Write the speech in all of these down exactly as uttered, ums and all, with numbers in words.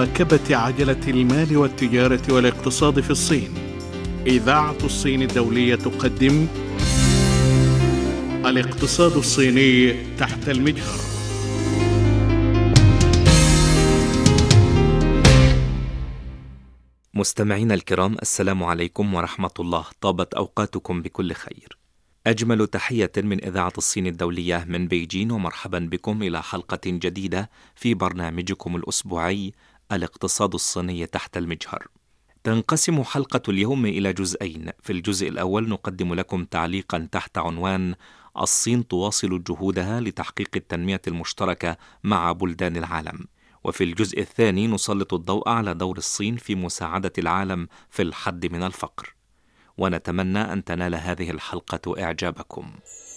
مواكبة عجلة المال والتجارة والاقتصاد في الصين. إذاعة الصين الدولية تقدم الاقتصاد الصيني تحت المجهر. مستمعينا الكرام، السلام عليكم ورحمة الله. طابت أوقاتكم بكل خير. أجمل تحية من إذاعة الصين الدولية من بيجين، ومرحبا بكم إلى حلقة جديدة في برنامجكم الأسبوعي الاقتصاد الصيني تحت المجهر. تنقسم حلقة اليوم إلى جزئين. في الجزء الأول نقدم لكم تعليقا تحت عنوان الصين تواصل جهودها لتحقيق التنمية المشتركة مع بلدان العالم، وفي الجزء الثاني نسلط الضوء على دور الصين في مساعدة العالم في الحد من الفقر. ونتمنى أن تنال هذه الحلقة إعجابكم.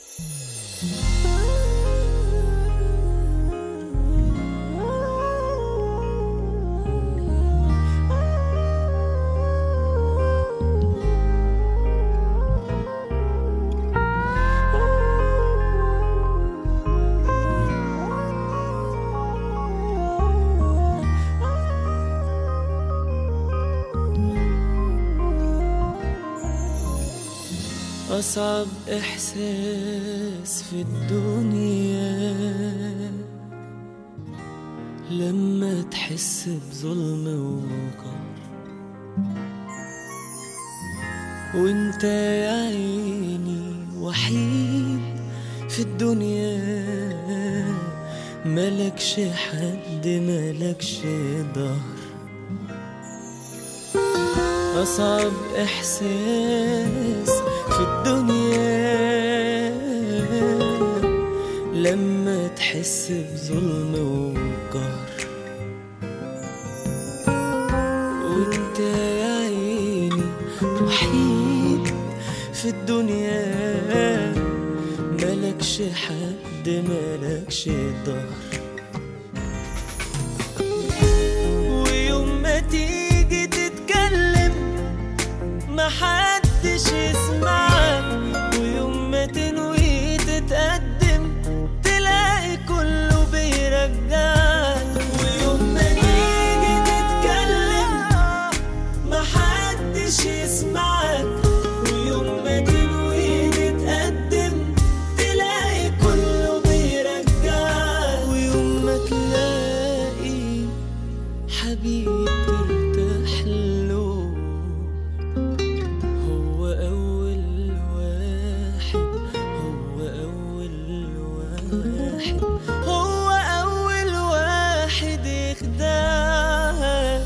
أصعب إحساس في الدنيا لما تحس بظلم وقهر، وانت يا عيني وحيد في الدنيا، ملكش حد ملكش ظهر. أصعب إحساس في الدنيا لما تحس بظلم وقهر، وانت يا عيني وحيد في الدنيا، ملكش حد ملكش ظهر. ويوم ما تيجي تتكلم محدش يسمعك، ويوم ما تنوي تتقدم تلاقي كله بيرجعك. ويوم ما تيجي تتكلم محدش يسمعك، ويوم ما تنوي تتقدم تلاقي كله بيرجعك. ويوم ما تلاقي حبيب ترتاح له، هو أول واحد هو أول واحد هو أول واحد يخدعك.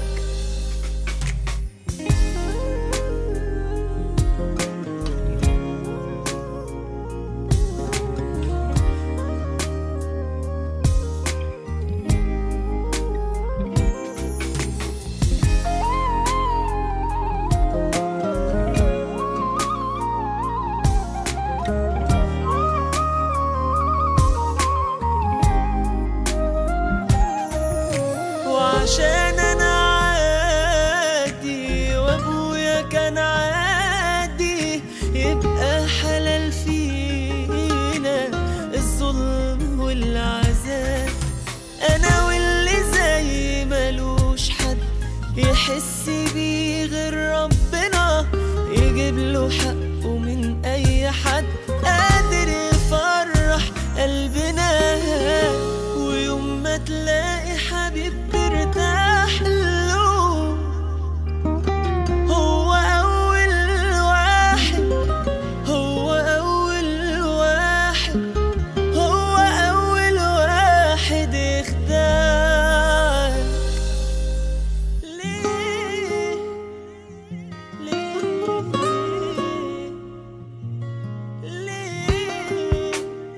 وعشان أنا عادي وأبويا كان عادي، يبقى حلال فينا الظلم والعذاب. أنا واللي زي ملوش حد يحس بيه غير ربنا، يجيب له حقه من أي حد قادر يفرح قلبنا. ويوم ما تلاقي حبيب ترتاح له، هو أول واحد هو أول واحد هو أول واحد يخدعك. ليه ليه ليه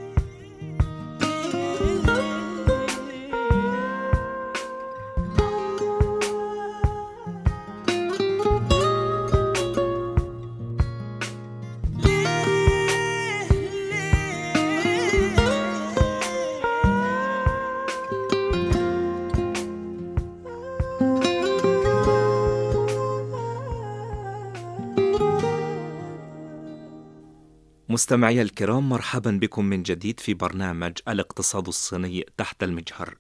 مستمعي الكرام، مرحبا بكم من جديد في برنامج الاقتصاد الصيني تحت المجهر.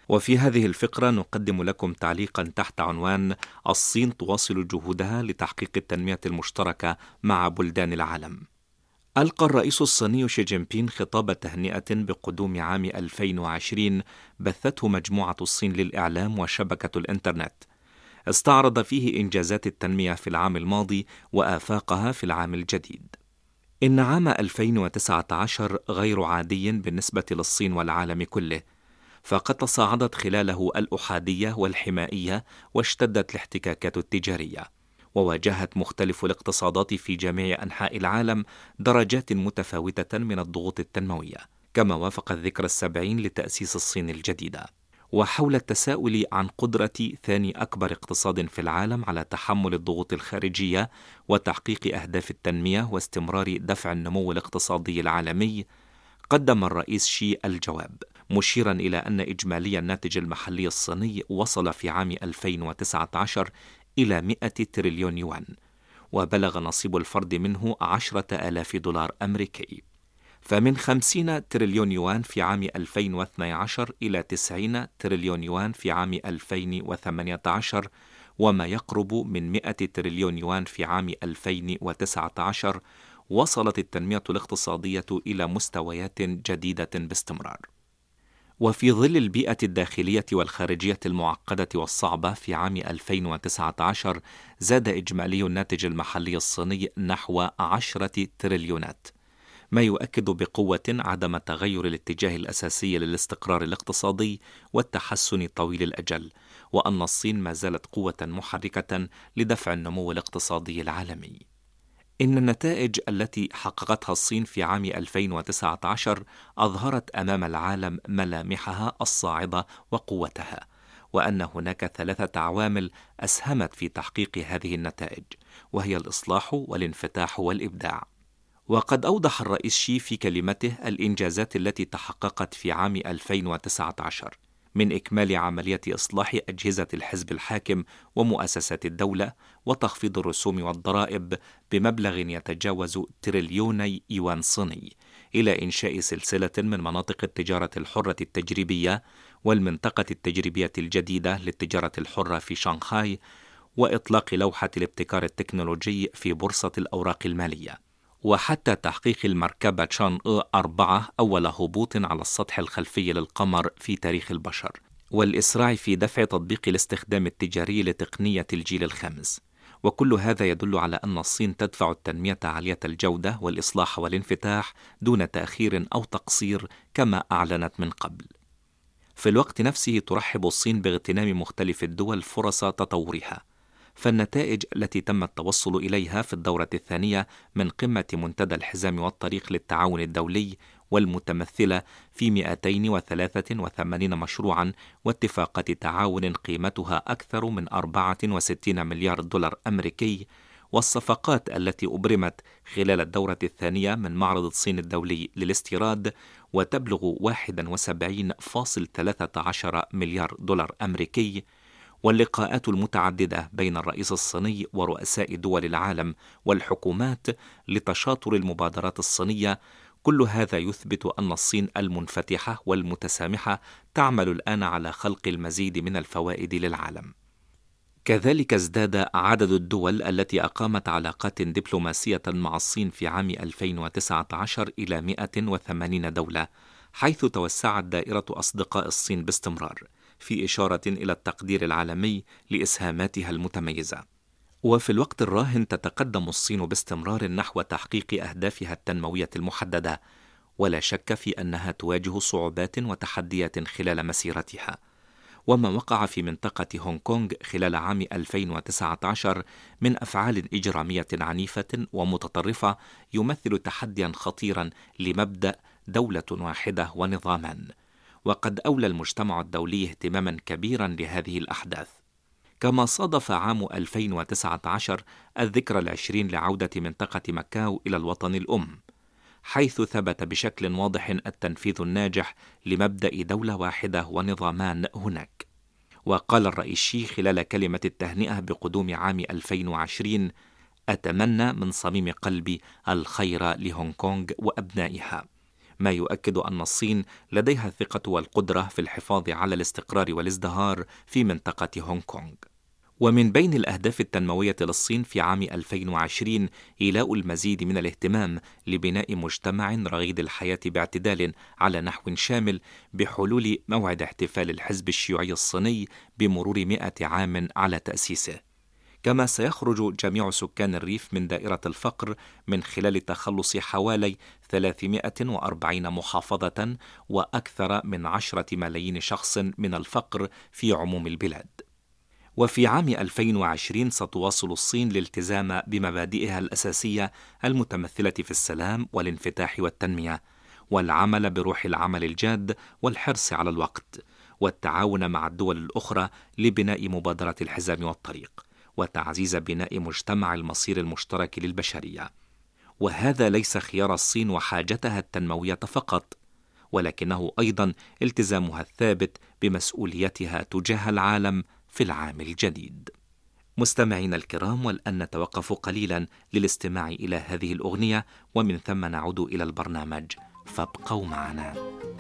وفي هذه الفقرة نقدم لكم تعليقا تحت عنوان الصين تواصل جهودها لتحقيق التنمية المشتركة مع بلدان العالم. ألقى الرئيس الصيني شي جين بينغ خطاب تهنئة بقدوم عام ألفين وعشرين بثته مجموعة الصين للإعلام وشبكة الإنترنت. استعرض فيه إنجازات التنمية في العام الماضي وآفاقها في العام الجديد. إن عام ألفين وتسعة عشر غير عادي بالنسبة للصين والعالم كله، فقد تصاعدت خلاله الأحادية والحمائية واشتدت الاحتكاكات التجارية، وواجهت مختلف الاقتصادات في جميع أنحاء العالم درجات متفاوتة من الضغوط التنموية، كما وافق الذكرى السبعين لتأسيس الصين الجديدة. وحول التساؤل عن قدرة ثاني أكبر اقتصاد في العالم على تحمل الضغوط الخارجية وتحقيق أهداف التنمية واستمرار دفع النمو الاقتصادي العالمي، قدم الرئيس شي الجواب، مشيرا إلى أن إجمالي الناتج المحلي الصيني وصل في عام ألفين وتسعة عشر إلى مئة تريليون يوان، وبلغ نصيب الفرد منه عشرة آلاف دولار أمريكي، فمن خمسين تريليون يوان في عام ألفين واثني عشر إلى تسعين تريليون يوان في عام ألفين وثمانية عشر، وما يقرب من مئة تريليون يوان في عام ألفين وتسعة عشر. وصلت التنمية الاقتصادية إلى مستويات جديدة باستمرار. وفي ظل البيئة الداخلية والخارجية المعقدة والصعبة، في عام ألفين وتسعة عشر زاد إجمالي الناتج المحلي الصيني نحو عشرة تريليونات، ما يؤكد بقوة عدم تغير الاتجاه الأساسي للاستقرار الاقتصادي والتحسن طويل الأجل، وأن الصين ما زالت قوة محركة لدفع النمو الاقتصادي العالمي. إن النتائج التي حققتها الصين في عام ألفين وتسعة عشر أظهرت أمام العالم ملامحها الصاعدة وقوتها، وأن هناك ثلاثة عوامل أسهمت في تحقيق هذه النتائج، وهي الإصلاح والانفتاح والإبداع. وقد أوضح الرئيس شي في كلمته الإنجازات التي تحققت في عام ألفين وتسعة عشر من إكمال عملية إصلاح أجهزة الحزب الحاكم ومؤسسات الدولة، وتخفيض الرسوم والضرائب بمبلغ يتجاوز تريليوني يوان صيني، إلى إنشاء سلسلة من مناطق التجارة الحرة التجريبية والمنطقة التجريبية الجديدة للتجارة الحرة في شنغهاي، وإطلاق لوحة الابتكار التكنولوجي في بورصة الأوراق المالية، وحتى تحقيق المركبة تشان إي أربعة أول هبوط على السطح الخلفي للقمر في تاريخ البشر، والإسراع في دفع تطبيق الاستخدام التجاري لتقنية الجيل الخامس. وكل هذا يدل على أن الصين تدفع التنمية عالية الجودة والإصلاح والانفتاح دون تأخير أو تقصير كما أعلنت من قبل. في الوقت نفسه ترحب الصين باغتنام مختلف الدول فرص تطورها، فالنتائج التي تم التوصل إليها في الدورة الثانية من قمة منتدى الحزام والطريق للتعاون الدولي، والمتمثلة في مئتين وثلاثة وثمانين مشروعا واتفاقات تعاون قيمتها أكثر من أربعة وستين مليار دولار أمريكي، والصفقات التي أبرمت خلال الدورة الثانية من معرض الصين الدولي للاستيراد، وتبلغ واحد وسبعين فاصلة ثلاثة عشر مليار دولار أمريكي، واللقاءات المتعددة بين الرئيس الصيني ورؤساء دول العالم والحكومات لتشاطر المبادرات الصينية، كل هذا يثبت أن الصين المنفتحة والمتسامحة تعمل الآن على خلق المزيد من الفوائد للعالم. كذلك ازداد عدد الدول التي أقامت علاقات دبلوماسية مع الصين في عام ألفين وتسعة عشر إلى مئة وثمانين دولة، حيث توسعت دائرة أصدقاء الصين باستمرار، في إشارة إلى التقدير العالمي لإسهاماتها المتميزة. وفي الوقت الراهن تتقدم الصين باستمرار نحو تحقيق أهدافها التنموية المحددة، ولا شك في أنها تواجه صعوبات وتحديات خلال مسيرتها. وما وقع في منطقة هونغ كونغ خلال عام ألفين وتسعة عشر من أفعال إجرامية عنيفة ومتطرفة يمثل تحديا خطيرا لمبدأ دولة واحدة ونظامان، وقد أولى المجتمع الدولي اهتماما كبيرا لهذه الأحداث. كما صادف عام ألفين وتسعة عشر الذكرى العشرين لعودة منطقة ماكاو إلى الوطن الأم، حيث ثبت بشكل واضح التنفيذ الناجح لمبدأ دولة واحدة ونظامان هناك. وقال الرئيس شي خلال كلمة التهنئة بقدوم عام ألفين وعشرين: أتمنى من صميم قلبي الخير لهونغ كونغ وأبنائها، ما يؤكد أن الصين لديها الثقة والقدرة في الحفاظ على الاستقرار والازدهار في منطقة هونغ كونغ. ومن بين الأهداف التنموية للصين في عام ألفين وعشرين إيلاء المزيد من الاهتمام لبناء مجتمع رغيد الحياة باعتدال على نحو شامل بحلول موعد احتفال الحزب الشيوعي الصيني بمرور مئة عام على تأسيسه. كما سيخرج جميع سكان الريف من دائرة الفقر من خلال تخلص حوالي ثلاثمائة وأربعين محافظة وأكثر من عشرة ملايين شخص من الفقر في عموم البلاد. وفي عام ألفين وعشرين ستواصل الصين الالتزام بمبادئها الأساسية المتمثلة في السلام والانفتاح والتنمية، والعمل بروح العمل الجاد والحرص على الوقت، والتعاون مع الدول الأخرى لبناء مبادرة الحزام والطريق، وتعزيز بناء مجتمع المصير المشترك للبشرية. وهذا ليس خيار الصين وحاجتها التنموية فقط، ولكنه أيضا التزامها الثابت بمسؤوليتها تجاه العالم في العام الجديد. مستمعينا الكرام، والآن نتوقف قليلا للاستماع إلى هذه الأغنية، ومن ثم نعود إلى البرنامج، فابقوا معنا.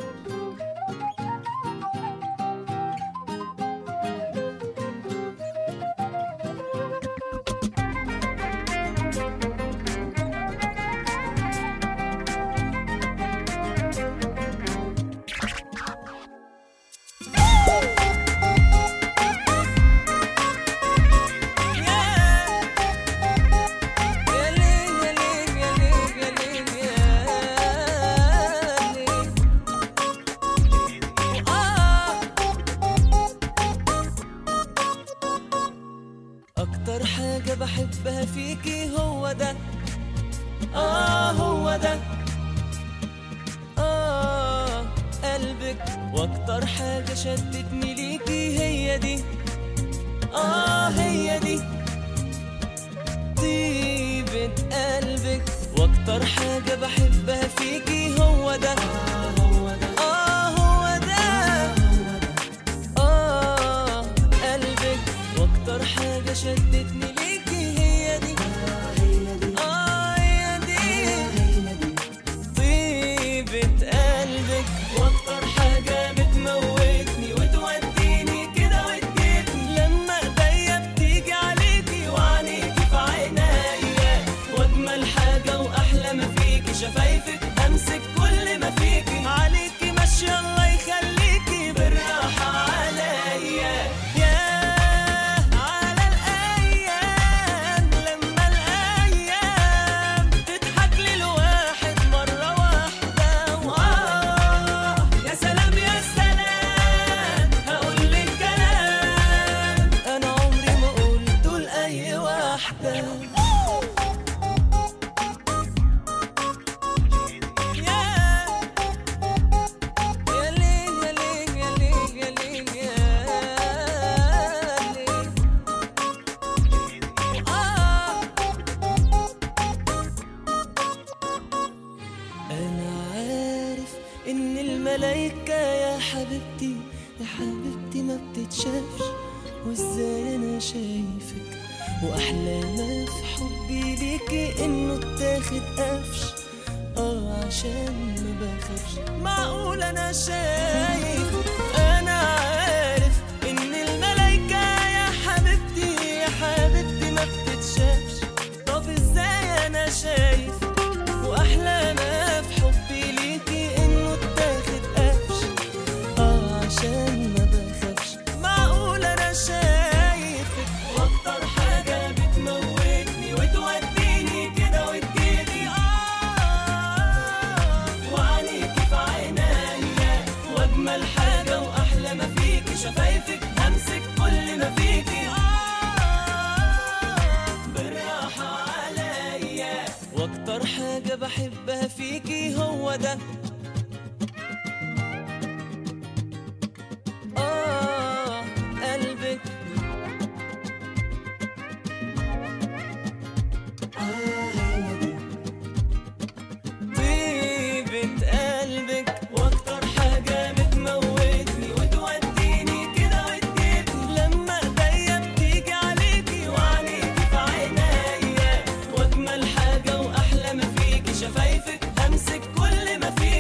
أكتر حاجة بحبها فيكي هو ده، آه هو ده، آه قلبك. وأكتر حاجة شدتني ليكي هي دي، آه هي دي طيبة قلبك. وأكتر حاجة بحبها فيكي هو ده، آه هو ده، آه هو ده، آه قلبك. وأكتر حاجة شدتني ليكي هي دي، آه هي دي طيبة قلبك. وأكتر حاجة بتموتني وتوديني كده وتجيبني لما ايديا بتيجي عليكي وعينيكي في عينيا. واجمل حاجة واحلى ما فيكي شفايفك، امسك كل ما فيكي عليكي ماشية، الله يخليكي بالراحة عليا. الملايكة يا حبيبتي يا حبيبتي ما بتتشافش، وازاي انا شايفك واحلى ما في حبي ليكي انه اتاخد قفش. اه عشان ما بخافش، معقول انا شايف، انا عارف ان الملايكة يا حبيبتي يا حبيبتي ما بتتشافش. طب ازاي انا شايف واحلى ما في حبي ليكي انه اتاخد قفش. اه عشان ما بخافش، معقول انا شايفك. واكتر حاجة بتموتني وتوديني كده وتجيبي، اه وعينيكي في عينيا. واجمل حاجة واحلى ما فيكي شفايفك، همسك كل ما فيكي، اه بالراحة عليا. واكتر حاجة بحبها فيكي هو ده، آه قلبك. طيبة قلبك. واكتر حاجة بتموتني وتوديني كده وتجيبني لما ايديا بتيجي عليكي وعينيكي في عينيا. واجمل حاجة واحلى ما فيكي شفايفك، همسك كل ما فيكي،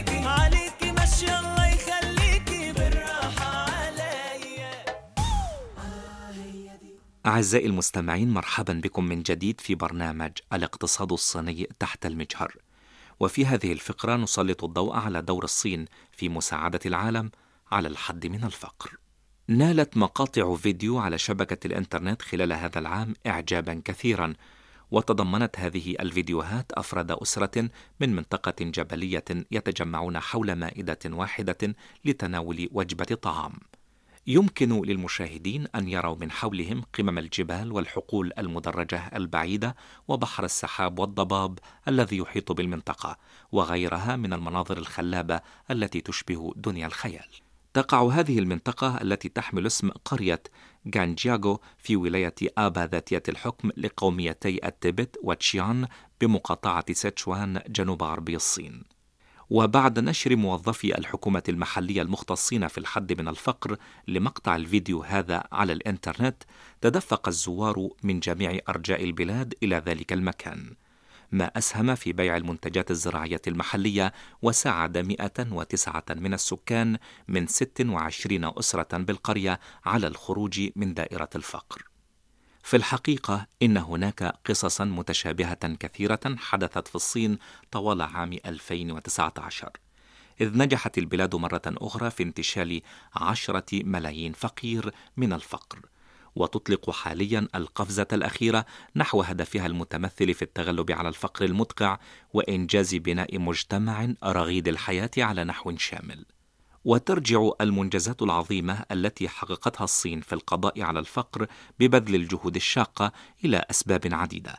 أعزائي المستمعين، مرحبا بكم من جديد في برنامج الاقتصاد الصيني تحت المجهر. وفي هذه الفقرة نسلط الضوء على دور الصين في مساعدة العالم على الحد من الفقر. نالت مقاطع فيديو على شبكة الإنترنت خلال هذا العام إعجابا كثيرا، وتضمنت هذه الفيديوهات أفراد أسرة من منطقة جبلية يتجمعون حول مائدة واحدة لتناول وجبة طعام. يمكن للمشاهدين أن يروا من حولهم قمم الجبال والحقول المدرجة البعيدة وبحر السحاب والضباب الذي يحيط بالمنطقة، وغيرها من المناظر الخلابة التي تشبه دنيا الخيال. تقع هذه المنطقة التي تحمل اسم قرية غانجياغو في ولاية آبا ذاتية الحكم لقوميتي التبت وتشيان بمقاطعة سيتشوان جنوب غربي الصين. وبعد نشر موظفي الحكومة المحلية المختصين في الحد من الفقر لمقطع الفيديو هذا على الإنترنت، تدفق الزوار من جميع أرجاء البلاد إلى ذلك المكان، ما أسهم في بيع المنتجات الزراعية المحلية، وساعد مئة وتسعة من السكان من ست وعشرين أسرة بالقرية على الخروج من دائرة الفقر. في الحقيقة إن هناك قصصا متشابهة كثيرة حدثت في الصين طوال عام ألفين وتسعة عشر، إذ نجحت البلاد مرة أخرى في انتشال عشرة ملايين فقير من الفقر، وتطلق حاليا القفزة الأخيرة نحو هدفها المتمثل في التغلب على الفقر المدقع وإنجاز بناء مجتمع رغيد الحياة على نحو شامل. وترجع المنجزات العظيمة التي حققتها الصين في القضاء على الفقر ببذل الجهود الشاقة إلى أسباب عديدة،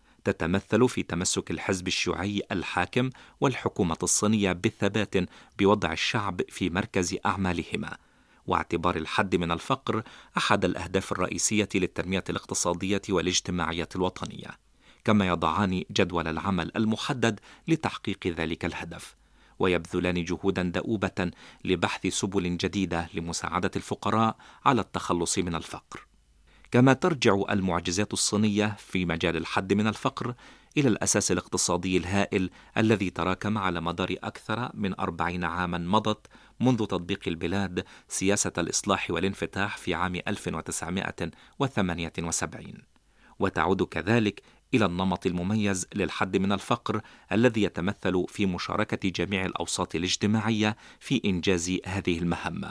تتمثل في تمسك الحزب الشيوعي الحاكم والحكومة الصينية بالثبات بوضع الشعب في مركز أعمالهما، واعتبار الحد من الفقر أحد الأهداف الرئيسية للتنمية الاقتصادية والاجتماعية الوطنية، كما يضعان جدول العمل المحدد لتحقيق ذلك الهدف، ويبذلان جهودا دؤوبة لبحث سبل جديدة لمساعدة الفقراء على التخلص من الفقر. كما ترجع المعجزات الصينية في مجال الحد من الفقر إلى الأساس الاقتصادي الهائل الذي تراكم على مدار أكثر من أربعين عاما مضت منذ تطبيق البلاد سياسة الإصلاح والانفتاح في عام ألف وتسعمائة وثمانية وسبعين، وتعود كذلك إلى النمط المميز للحد من الفقر الذي يتمثل في مشاركة جميع الأوساط الاجتماعية في إنجاز هذه المهمة.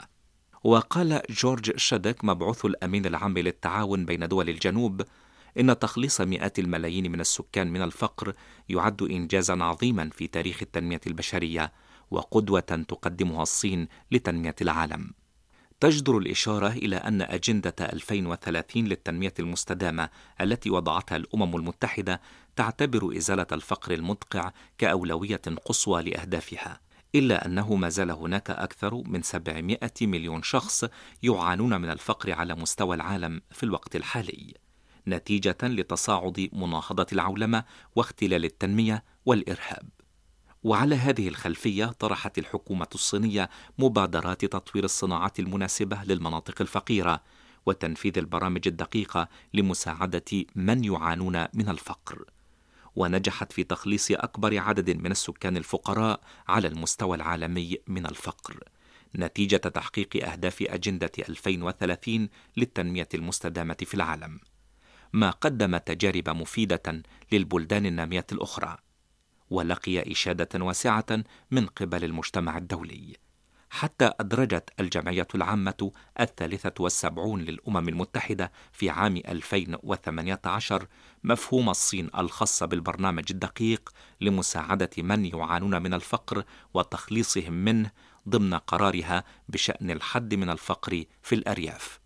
وقال جورج شادك مبعوث الأمين العام للتعاون بين دول الجنوب إن تخليص مئات الملايين من السكان من الفقر يعد إنجازا عظيما في تاريخ التنمية البشرية، وقدوة تقدمها الصين لتنمية العالم. تجدر الإشارة إلى أن أجندة ألفين وثلاثين للتنمية المستدامة التي وضعتها الأمم المتحدة تعتبر إزالة الفقر المدقع كأولوية قصوى لأهدافها، إلا أنه ما زال هناك أكثر من سبعمائة مليون شخص يعانون من الفقر على مستوى العالم في الوقت الحالي، نتيجة لتصاعد مناهضة العولمة واختلال التنمية والإرهاب. وعلى هذه الخلفية طرحت الحكومة الصينية مبادرات تطوير الصناعات المناسبة للمناطق الفقيرة وتنفيذ البرامج الدقيقة لمساعدة من يعانون من الفقر، ونجحت في تخليص أكبر عدد من السكان الفقراء على المستوى العالمي من الفقر، نتيجة تحقيق أهداف أجندة ألفين وثلاثين للتنمية المستدامة في العالم، ما قدم تجارب مفيدة للبلدان النامية الأخرى، ولقي إشادة واسعة من قبل المجتمع الدولي، حتى أدرجت الجمعية العامة الثالثة والسبعون للأمم المتحدة في عام ألفين وثمانية عشر مفهوم الصين الخاص بالبرنامج الدقيق لمساعدة من يعانون من الفقر وتخليصهم منه ضمن قرارها بشأن الحد من الفقر في الأرياف.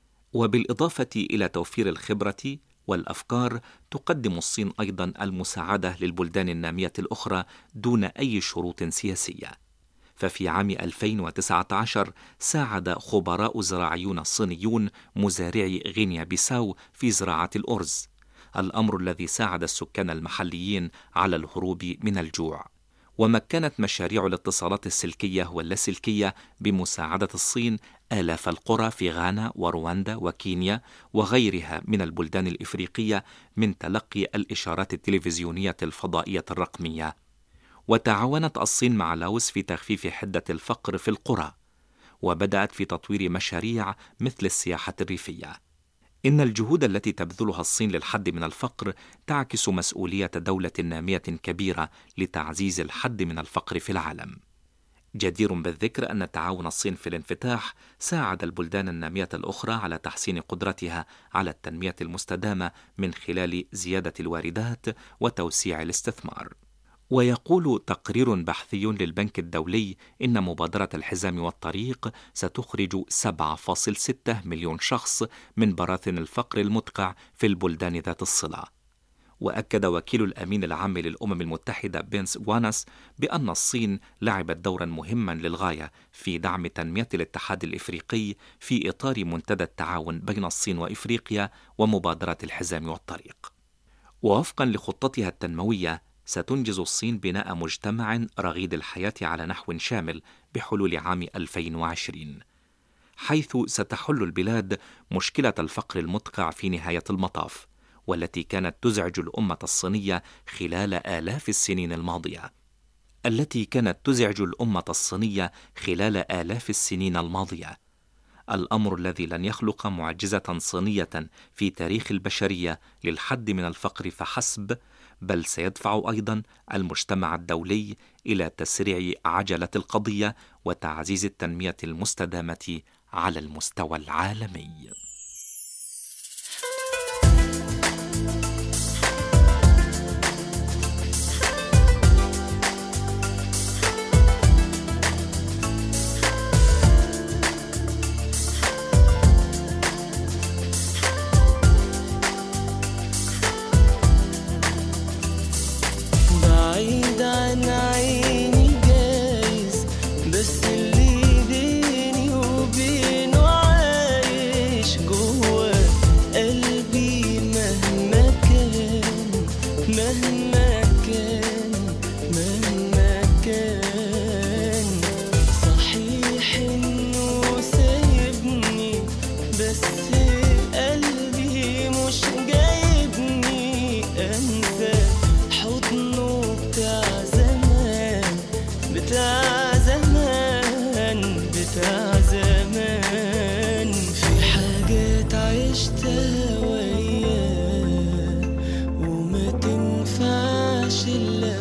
وبالإضافة إلى توفير الخبرة والأفكار، تقدم الصين أيضا المساعدة للبلدان النامية الأخرى دون أي شروط سياسية. ففي عام ألفين وتسعة عشر ساعد خبراء زراعيون صينيون مزارعي غينيا بيساو في زراعة الأرز، الأمر الذي ساعد السكان المحليين على الهروب من الجوع. ومكنت مشاريع الاتصالات السلكية واللاسلكية بمساعدة الصين آلاف القرى في غانا ورواندا وكينيا وغيرها من البلدان الإفريقية من تلقي الإشارات التلفزيونية الفضائية الرقمية. وتعاونت الصين مع لاوس في تخفيف حدة الفقر في القرى، وبدأت في تطوير مشاريع مثل السياحة الريفية. إن الجهود التي تبذلها الصين للحد من الفقر تعكس مسؤولية دولة نامية كبيرة لتعزيز الحد من الفقر في العالم. جدير بالذكر أن تعاون الصين في الانفتاح ساعد البلدان النامية الأخرى على تحسين قدرتها على التنمية المستدامة من خلال زيادة الواردات وتوسيع الاستثمار. ويقول تقرير بحثي للبنك الدولي إن مبادرة الحزام والطريق ستخرج سبعة فاصلة ستة مليون شخص من براثن الفقر المدقع في البلدان ذات الصلة. وأكد وكيل الأمين العام للأمم المتحدة بنس وانس بأن الصين لعبت دورا مهما للغاية في دعم تنمية الاتحاد الإفريقي في إطار منتدى التعاون بين الصين وإفريقيا ومبادرة الحزام والطريق. ووفقا لخطتها التنموية ستنجز الصين بناء مجتمع رغيد الحياة على نحو شامل بحلول عام ألفين وعشرين، حيث ستحل البلاد مشكلة الفقر المدقع في نهاية المطاف، والتي كانت تزعج الأمة الصينية خلال آلاف السنين الماضية التي كانت تزعج الأمة الصينية خلال آلاف السنين الماضية الأمر الذي لن يخلق معجزة صينية في تاريخ البشرية للحد من الفقر فحسب، بل سيدفع أيضا المجتمع الدولي إلى تسريع عجلة القضية وتعزيز التنمية المستدامة على المستوى العالمي. بعيد عن عيني جايز، بس اللي بيني وبينه عايش جوه قلبي مهما كان مهما كان مهما كان. صحيح انه سايبني، بس قلبي مش جايبني انسى حضنه بتاع زمان بتاع زمان بتاع زمان. في حاجات عشتها وياه وما تنفعش إلا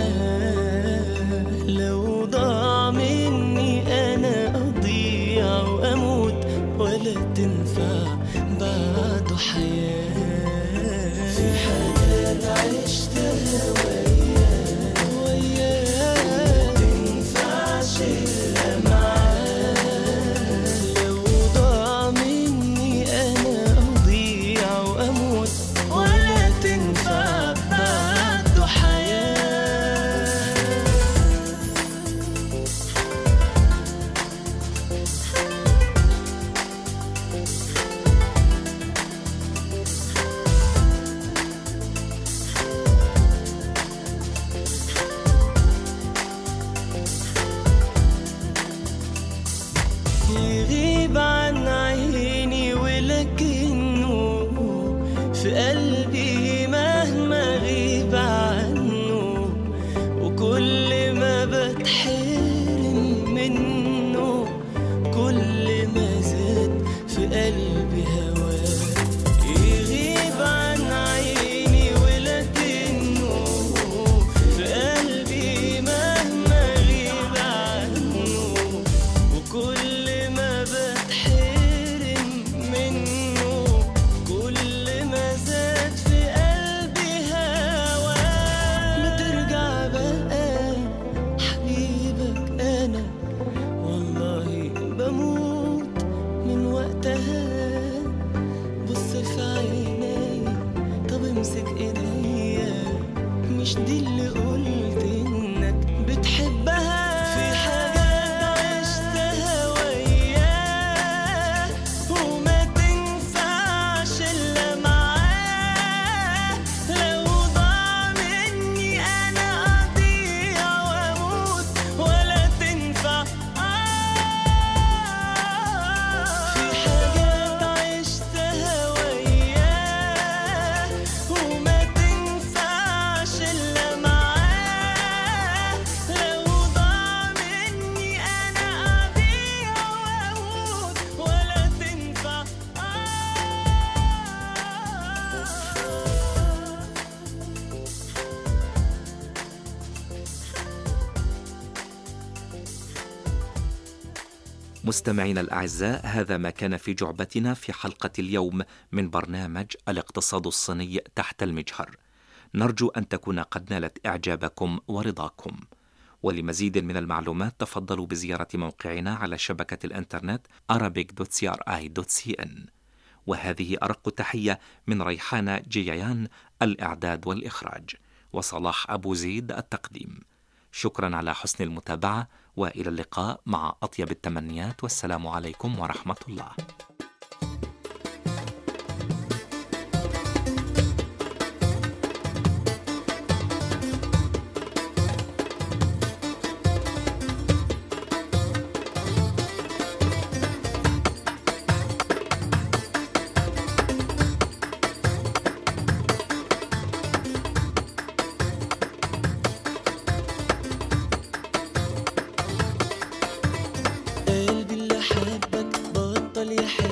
معاه، لو ضاع مني أنا أضيع وأموت ولا تنفع بعده حياة. في حاجات عشتها وياه وياه تنفعش إلا معاه، لو ضاع مني أنا أضيع وأموت ولا تنفع بعده حياة. يغيب عن عيني ولكنه في قلبي مهما غيب عنه، وكل ما بتحرم منه كل ما زاد في قلبي هواه. يغيب عن عيني ولكنه في قلبي مهما غيب عنه، وكل ما بتحرم منه كل ما زاد مستمعينا الأعزاء، هذا ما كان في جعبتنا في حلقة اليوم من برنامج الاقتصاد الصيني تحت المجهر. نرجو أن تكون قد نالت إعجابكم ورضاكم. ولمزيد من المعلومات تفضلوا بزيارة موقعنا على شبكة الإنترنت arabic دوت سي آر آي دوت سي إن. وهذه أرق تحية من ريحانة جييان الإعداد والإخراج، وصلاح أبو زيد التقديم. شكرا على حسن المتابعة، وإلى اللقاء مع أطيب التمنيات، والسلام عليكم ورحمة الله. قلبي اللي حبك بطل يحب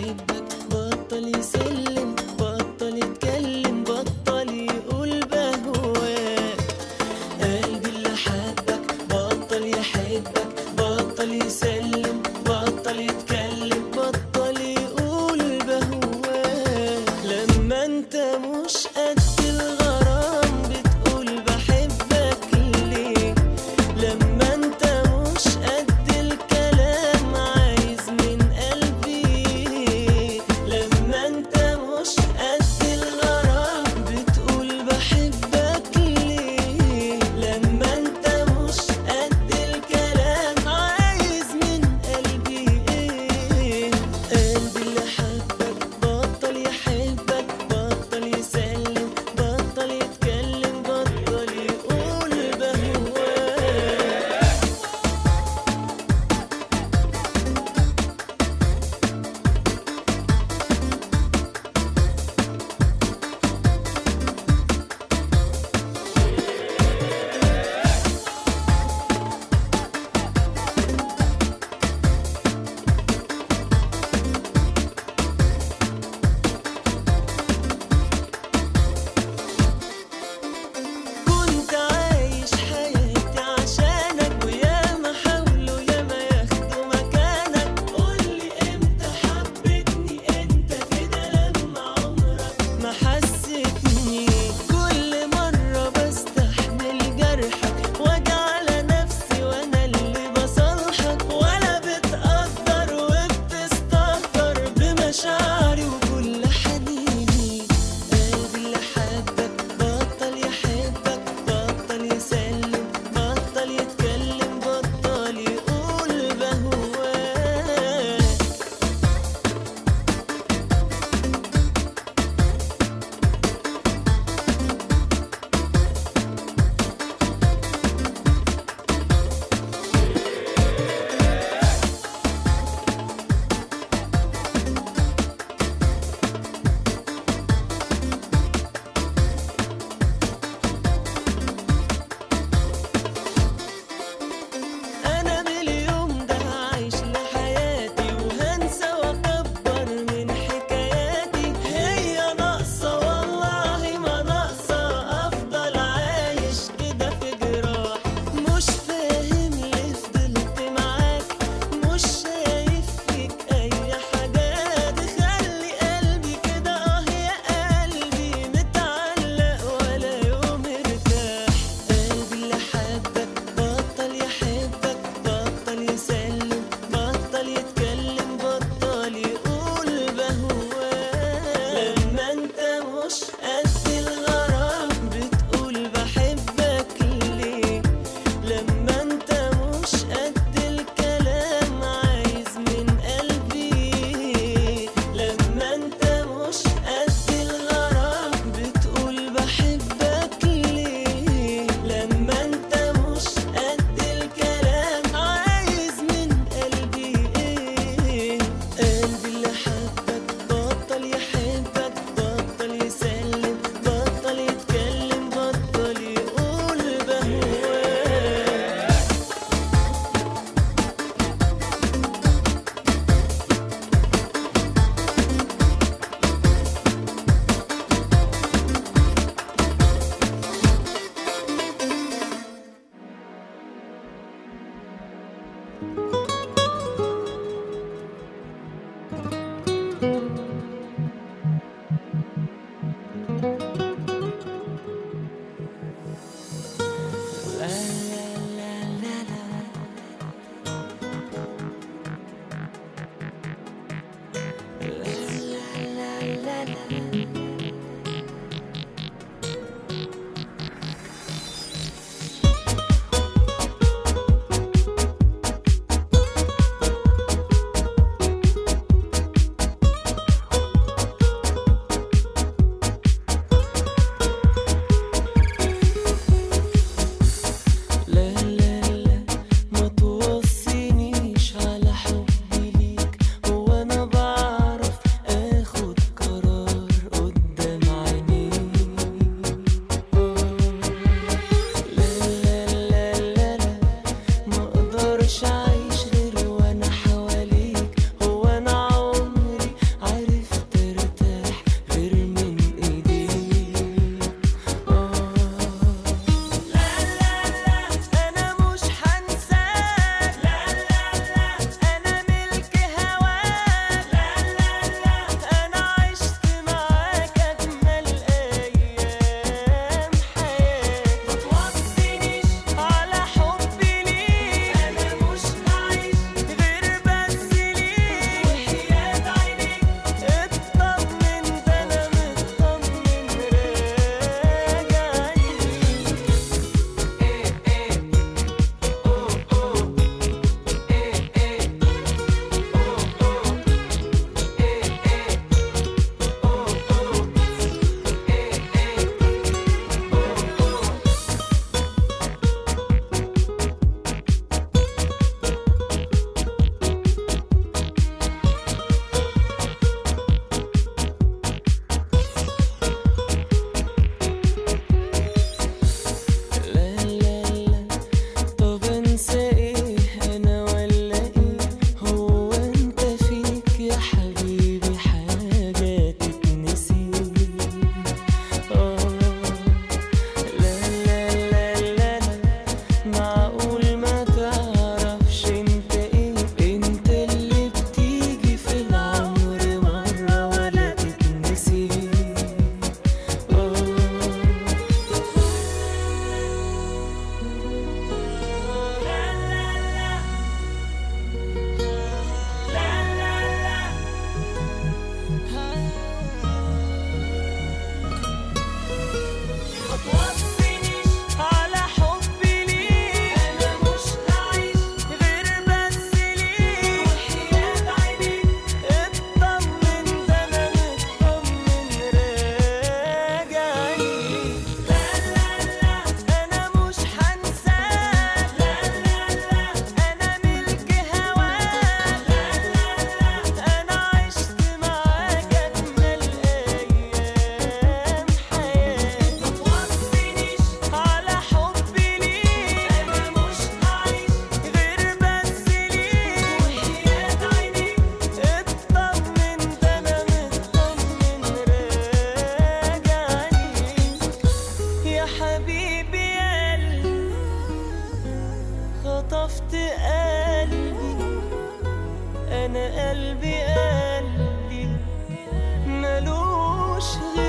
قلبي قلبي ملوش غير